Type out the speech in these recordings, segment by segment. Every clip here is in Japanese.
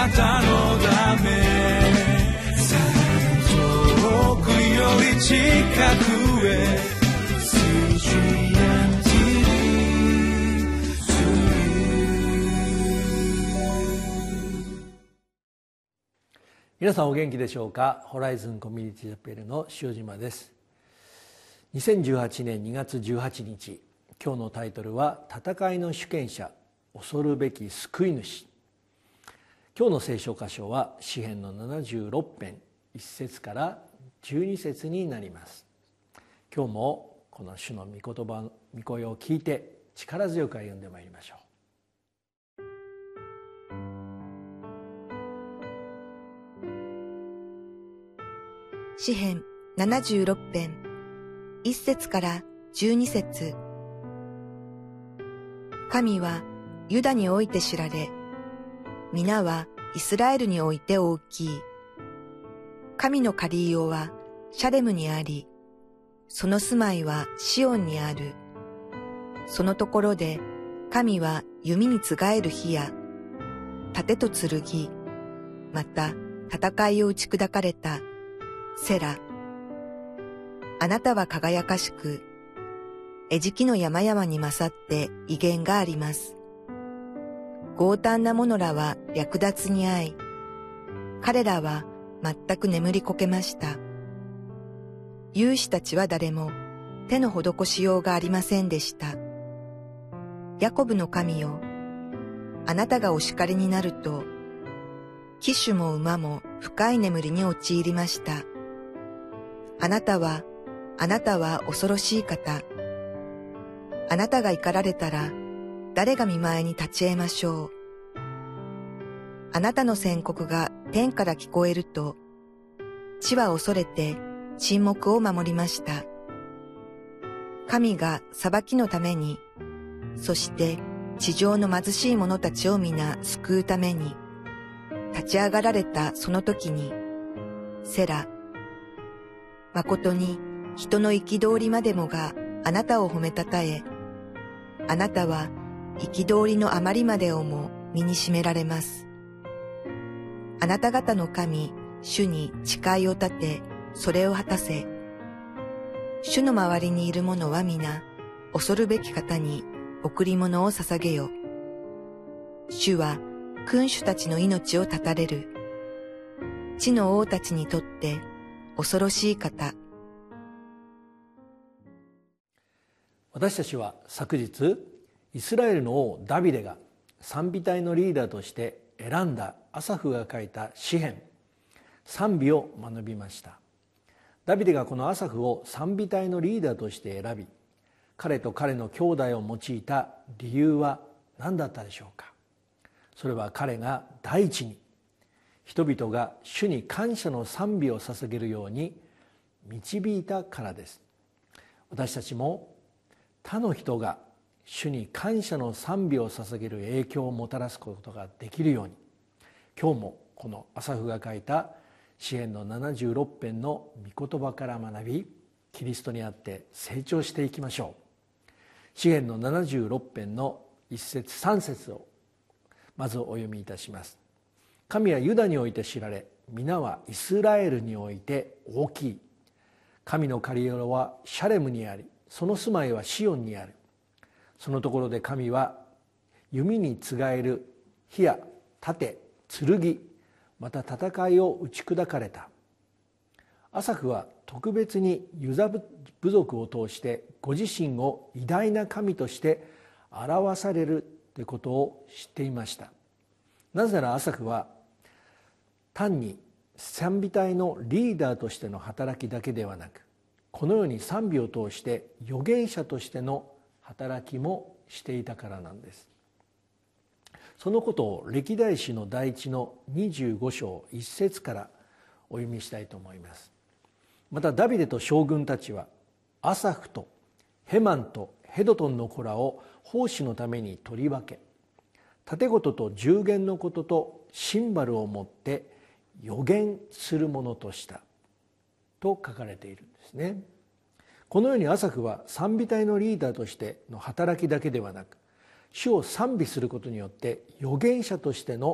なたのため、遠くより近くへ皆さんお元気でしょうか。ホライズンコミュニティチャペルの塩島です。2018年2月18日、今日のタイトルは戦いの主権者、恐るべき救い主。今日の聖書箇所は詩編の76編1節から12節になります。今日もこの主の御言葉、御声を聞いて力強く歩んでまいりましょう。 詩編76編1節から12節。神はユダにおいて知られ、皆はイスラエルにおいて大きい。神の借りようはシャレムにあり、その住まいはシオンにある。そのところで神は弓につがえる火や、盾と剣、また戦いを打ち砕かれたセラ。あなたは輝かしく、餌食の山々に勝って威厳があります。強胆な者らは略奪に遭い、彼らは全く眠りこけました。勇士たちは誰も手の施しようがありませんでした。ヤコブの神よ、あなたがお叱りになると、騎手も馬も深い眠りに陥りました。あなたは恐ろしい方。あなたが怒られたら、誰が見前に立ち得ましょう。あなたの宣告が天から聞こえると、地は恐れて沈黙を守りました。神が裁きのために、そして地上の貧しい者たちを皆救うために、立ち上がられたその時に、セラ。誠に人の憤りまでもがあなたを褒めたたえ、あなたは憤りのあまりまでをも身にしめられます。あなた方の神、主に誓いを立て、それを果たせ。主の周りにいる者は皆、恐るべき方に贈り物を捧げよ。主は君主たちの命を絶たれる。地の王たちにとって恐ろしい方。 私たちは昨日、イスラエルの王ダビデが賛美隊のリーダーとして選んだアサフが書いた詩編、賛美を学びました。ダビデがこのアサフを賛美隊のリーダーとして選び、彼と彼の兄弟を用いた理由は何だったでしょうか。それは彼が第一に人々が主に感謝の賛美を捧げるように導いたからです。私たちも他の人が主に感謝の賛美を捧げる影響をもたらすことができるように、今日もこのアサフが書いた詩編の76編の御言葉から学び、キリストにあって成長していきましょう。詩編の76編の1節3節をまずお読みいたします。神はユダにおいて知られ、皆はイスラエルにおいて大きい。神の借りようはシャレムにあり、その住まいはシオンにある。そのところで神は弓につがえる火や盾、剣、また戦いを打ち砕かれた。アサフは特別にユダ部族を通してご自身を偉大な神として表されるということを知っていました。なぜならアサフは単に賛美隊のリーダーとしての働きだけではなく、このように賛美を通して預言者としての働きもしていたからなんです。そのことを歴代史の第一の25章1節からお読みしたいと思います。またダビデと将軍たちはアサフとヘマンとヘドトンの子らを奉仕のために取り分け、盾事と従言のこととシンバルを持って預言するものとしたと書かれているんですね。このようにアサフは賛美隊のリーダーとしての働きだけではなく、主を賛美することによって預言者としての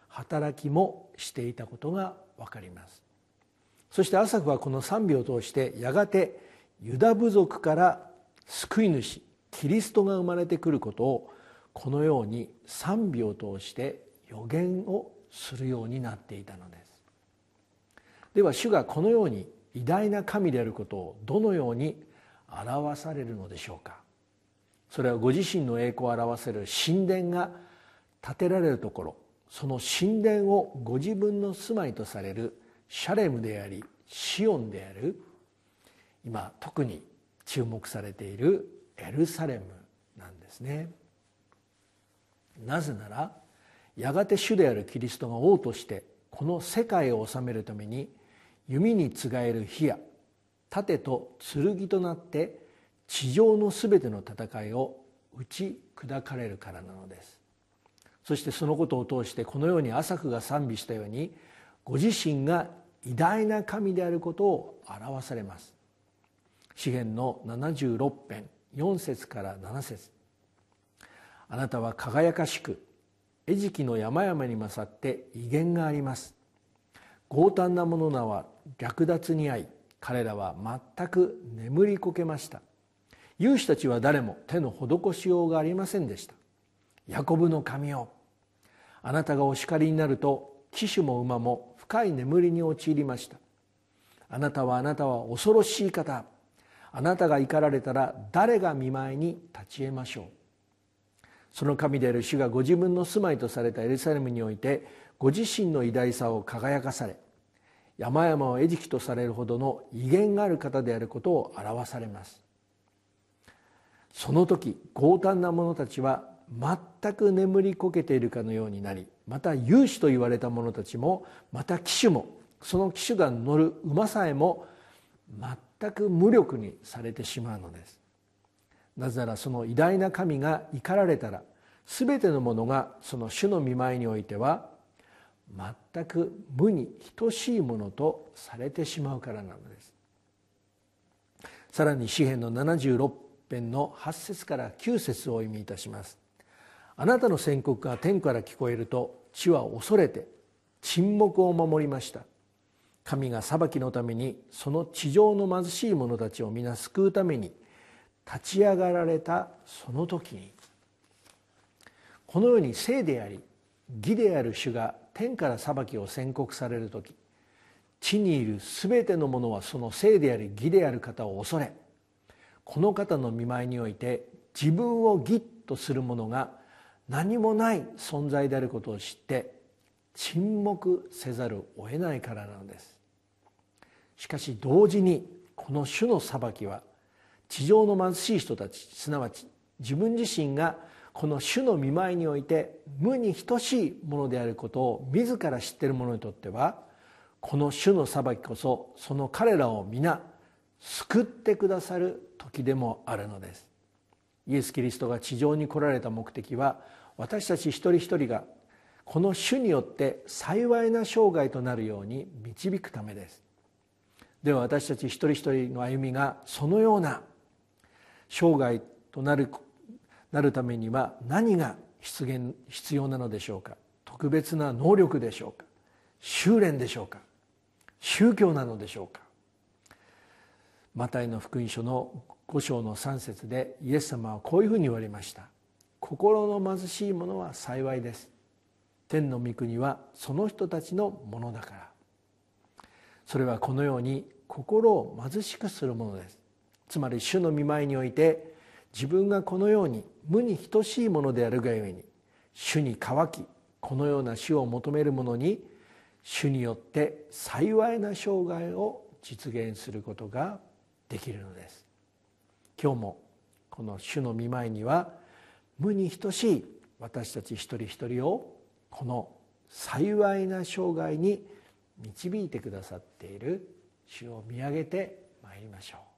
働きもしていたことが分かります。そしてアサフはこの賛美を通してやがてユダ部族から救い主キリストが生まれてくることをこのように賛美を通して予言をするようになっていたのです。では主がこのように偉大な神であることをどのように表されるのでしょうか。それはご自身の栄光を表せる神殿が建てられるところ、その神殿をご自分の住まいとされるシャレムでありシオンである、今特に注目されているエルサレムなんですね。なぜならやがて主であるキリストが王としてこの世界を治めるために弓につがえる火や盾と剣となって地上のすべての戦いを打ち砕かれるからなのです。そしてそのことを通してこのようにアサフが賛美したようにご自身が偉大な神であることを表されます。詩編の76編4節から7節、あなたは輝かしく餌食の山々に勝って威厳があります。強胆な者らは略奪に遭い、彼らは全く眠りこけました。勇士たちは誰も手の施しようがありませんでした。ヤコブの神よ、あなたがお叱りになると騎手も馬も深い眠りに陥りました。あなたは恐ろしい方。あなたが怒られたら誰が見舞いに立ち得ましょう。その神である主がご自分の住まいとされたエルサレムにおいてご自身の偉大さを輝かされ、山々を餌食とされるほどの威厳がある方であることを表されます。その時強胆な者たちは全く眠りこけているかのようになり、また勇士と言われた者たちも、また騎手も、その騎手が乗る馬さえも全く無力にされてしまうのです。なぜならその偉大な神が怒られたら、すべてのものがその主の御前においては全く無に等しいものとされてしまうからなのです。さらに詩編の76編の8節から9節をお読みいたします。あなたの宣告が天から聞こえると地は恐れて沈黙を守りました。神が裁きのためにその地上の貧しい者たちを皆救うために立ち上がられたその時に、このように聖であり義である主が天から裁きを宣告される時、地にいるすべてのものはその聖であり義である方を恐れ、この方の御前において自分を義とする者が何もない存在であることを知って沈黙せざるを得ないからなのです。しかし同時にこの主の裁きは地上の貧しい人たち、すなわち自分自身がこの主の御前において無に等しいものであることを自ら知っている者にとっては、この主の裁きこそその彼らを皆救ってくださる時でもあるのです。イエス・キリストが地上に来られた目的は、私たち一人一人がこの主によって幸いな生涯となるように導くためです。では私たち一人一人の歩みがそのような生涯となるためには何が必要なのでしょうか。特別な能力でしょうか、修練でしょうか、宗教なのでしょうか。マタイの福音書の5章の3節でイエス様はこういうふうに言われました。心の貧しい者は幸いです。天の御国はその人たちのものだから。それはこのように心を貧しくするものです。つまり主の御前において自分がこのように無に等しいものであるがゆえに、主に渇きこのような主を求める者に主によって幸いな生涯を実現することができるのです。今日もこの主の御前には無に等しい私たち一人一人をこの幸いな生涯に導いてくださっている主を見上げてまいりましょう。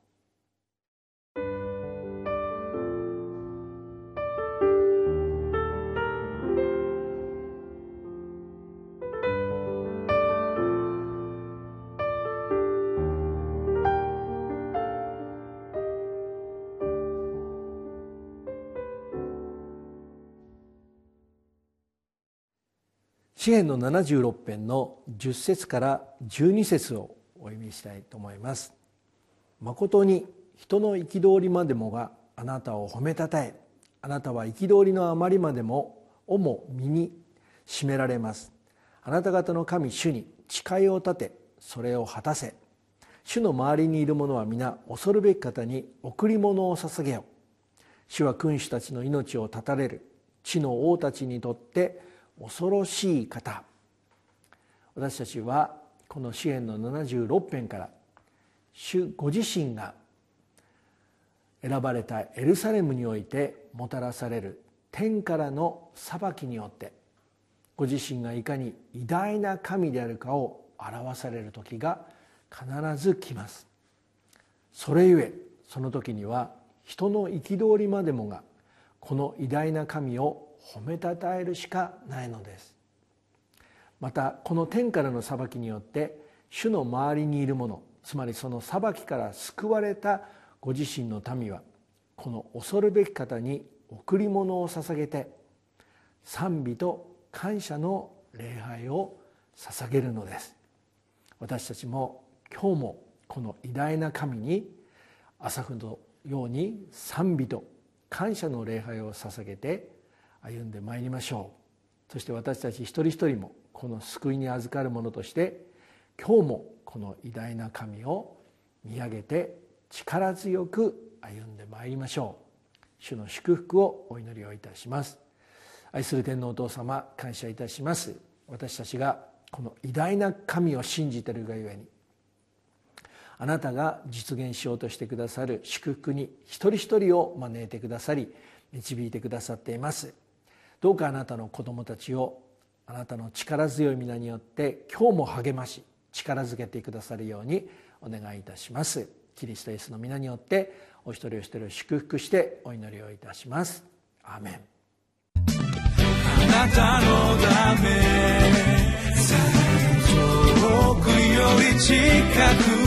詩編の76編の10節から12節をお読みしたいと思います。誠に人の憤りまでもがあなたを褒めたたえ、あなたは憤りのあまりまでもをも身に締められます。あなた方の神主に誓いを立て、それを果たせ。主の周りにいる者は皆恐るべき方に贈り物を捧げよ。主は君主たちの命を絶たれる地の王たちにとって恐ろしい方。私たちはこの詩編の76編から主ご自身が選ばれたエルサレムにおいてもたらされる天からの裁きによってご自身がいかに偉大な神であるかを表される時が必ず来ます。それゆえその時には人の憤りまでもがこの偉大な神を褒めたたえるしかないのです。またこの天からの裁きによって主の周りにいる者、つまりその裁きから救われたご自身の民はこの恐るべき方に贈り物を捧げて賛美と感謝の礼拝を捧げるのです。私たちも今日もこの偉大な神にアサフのように賛美と感謝の礼拝を捧げて歩んでまいりましょう。そして私たち一人一人もこの救いに預かる者として今日もこの偉大な神を見上げて力強く歩んでまいりましょう。主の祝福をお祈りをいたします。愛する天皇お父様、感謝いたします。私たちがこの偉大な神を信じているがゆえにあなたが実現しようとしてくださる祝福に一人一人を招いてくださり導いてくださっています。どうかあなたの子供たちをあなたの力強い皆によって今日も励まし力づけてくださるようにお願いいたします。キリストイエスの皆によってお一人お一人を祝福してお祈りをいたします。アーメン。 あなたのため遠くより近く